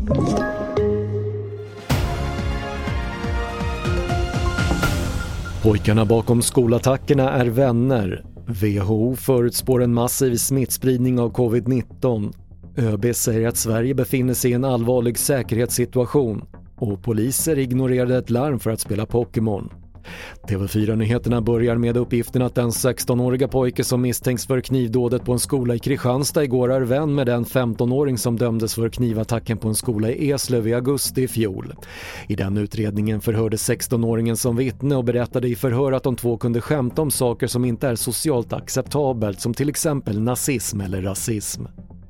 Pojkarna bakom skolattackerna är vänner. WHO förutspår en massiv smittspridning av covid-19. ÖB säger att Sverige befinner sig i en allvarlig säkerhetssituation. Och poliser ignorerade ett larm för att spela Pokémon. TV4-nyheterna börjar med uppgiften att den 16-åriga pojke som misstänks för knivdådet på en skola i Kristianstad igår är vän med den 15-åring som dömdes för knivattacken på en skola i Eslöv i augusti i fjol. I den utredningen förhörde 16-åringen som vittne och berättade i förhör att de två kunde skämta om saker som inte är socialt acceptabelt, som till exempel nazism eller rasism.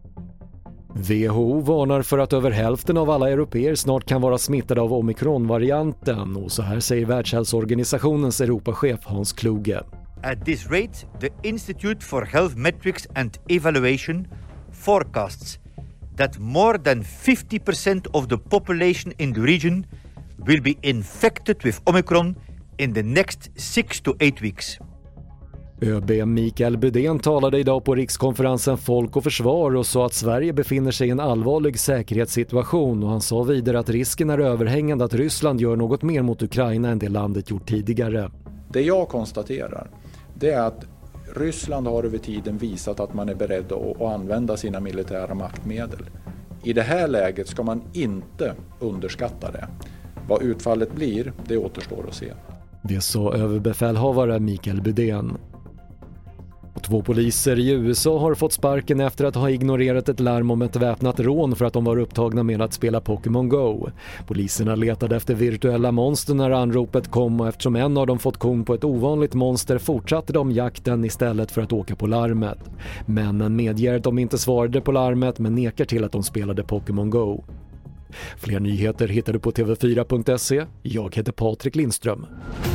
WHO varnar för att över hälften av alla europeer snart kan vara smittade av omikronvarianten, och så här säger Världshälsoorganisationens Europachef Hans Kluge. At this rate, the Institute for Health Metrics and Evaluation forecasts that more than 50% of the population in the region will be infected with Omicron in the next 6 to 8 weeks. ÖB Mikael Bydén talade idag på rikskonferensen Folk och Försvar och sa att Sverige befinner sig i en allvarlig säkerhetssituation, och han sa vidare att risken är överhängande att Ryssland gör något mer mot Ukraina än det landet gjort tidigare. Det jag konstaterar, det är att Ryssland har över tiden visat att man är beredd att använda sina militära maktmedel. I det här läget ska man inte underskatta det. Vad utfallet blir, det återstår att se. Det sa överbefälhavare Mikael Bydén. Och 2 poliser i USA har fått sparken efter att ha ignorerat ett larm om ett väpnat rån för att de var upptagna med att spela Pokémon Go. Poliserna letade efter virtuella monster när anropet kom, och eftersom en av dem fått kon på ett ovanligt monster fortsatte de jakten istället för att åka på larmet. Männen medger att de inte svarade på larmet men nekar till att de spelade Pokémon Go. Fler nyheter hittar du på tv4.se. Jag heter Patrik Lindström.